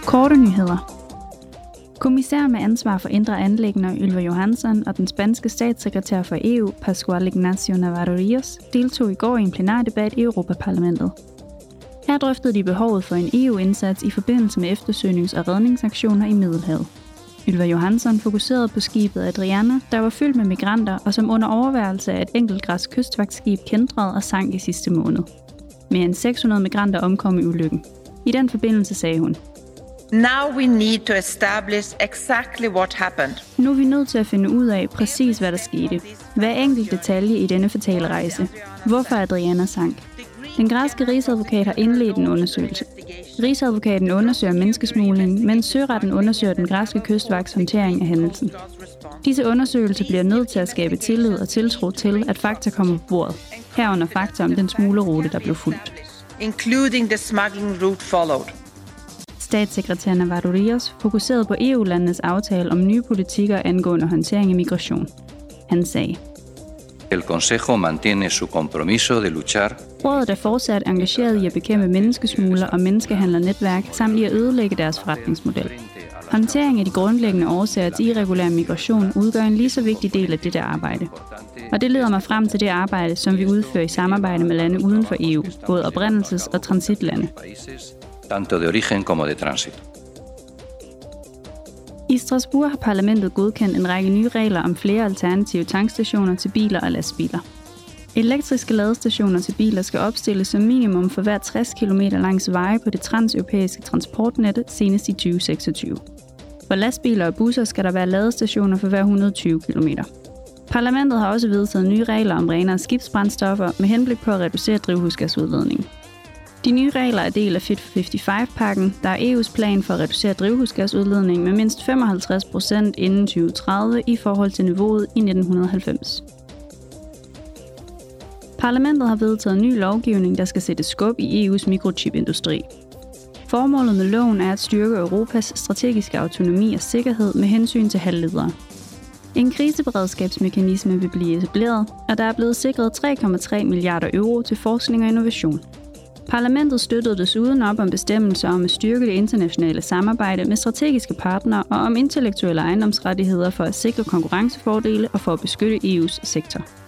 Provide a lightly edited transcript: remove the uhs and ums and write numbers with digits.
Korte nyheder. Kommissær med ansvar for indre anliggender Ylva Johansson og den spanske statssekretær for EU, Pascual Ignacio Navarro Ríos, deltog i går i en plenardebat i Europaparlamentet. Her drøftede de behovet for en EU-indsats i forbindelse med eftersøgnings- og redningsaktioner i Middelhavet. Ylva Johansson fokuserede på skibet Adriana, der var fyldt med migranter og som under overværelse af et enkelt græsk kystvagtskib kæntrede og sank i sidste måned. Mere end 600 migranter omkom i ulykken. I den forbindelse sagde hun: Now we need to establish exactly what happened. Nu er vi nødt til at finde ud af præcis, hvad der skete. Hver enkelt detalje i denne fatale rejse. Hvorfor Adriana sank. Den græske rigsadvokat har indledt en undersøgelse. Rigsadvokaten undersøger menneskesmugling, mens søretten undersøger den græske kystvagts håndtering af hændelsen. Disse undersøgelser bliver nødt til at skabe tillid og tiltro til, at fakta kommer på bordet. Herunder fakta om den smuglerrute, der blev fulgt. Including the smuggling route followed. Statssekretær Navarro Ríos fokuserede på EU-landenes aftale om nye politikker angående håndtering af migration. Han sagde: El Consejo mantiene su compromiso de luchar. Rådet er fortsat engageret i at bekæmpe menneskesmugler og menneskehandlernetværk samt i at ødelægge deres forretningsmodel. Håndtering af de grundlæggende årsager til irregulær migration udgør en lige så vigtig del af dette arbejde. Og det leder mig frem til det arbejde, som vi udfører i samarbejde med lande uden for EU, både oprindelses- og transitlande. Tanto de origen como de transit. I Strasbourg har parlamentet godkendt en række nye regler om flere alternative tankstationer til biler og lastbiler. Elektriske ladestationer til biler skal opstilles som minimum for hver 60 km langs veje på det transeuropæiske transportnet senest i 2026. For lastbiler og busser skal der være ladestationer for hver 120 km. Parlamentet har også vedtaget nye regler om renere skibsbrændstoffer med henblik på at reducere drivhusgasudledningen. De nye regler er del af Fit for 55-pakken, der er EU's plan for at reducere drivhusgasudledning med mindst 55% inden 2030 i forhold til niveauet i 1990. Parlamentet har vedtaget ny lovgivning, der skal sætte skub i EU's mikrochipindustri. Formålet med loven er at styrke Europas strategiske autonomi og sikkerhed med hensyn til halvledere. En kriseberedskabsmekanisme vil blive etableret, og der er blevet sikret 3,3 milliarder euro til forskning og innovation. Parlamentet støttede desuden op om bestemmelser om at styrke det internationale samarbejde med strategiske partnere og om intellektuelle ejendomsrettigheder for at sikre konkurrencefordele og for at beskytte EU's sektor.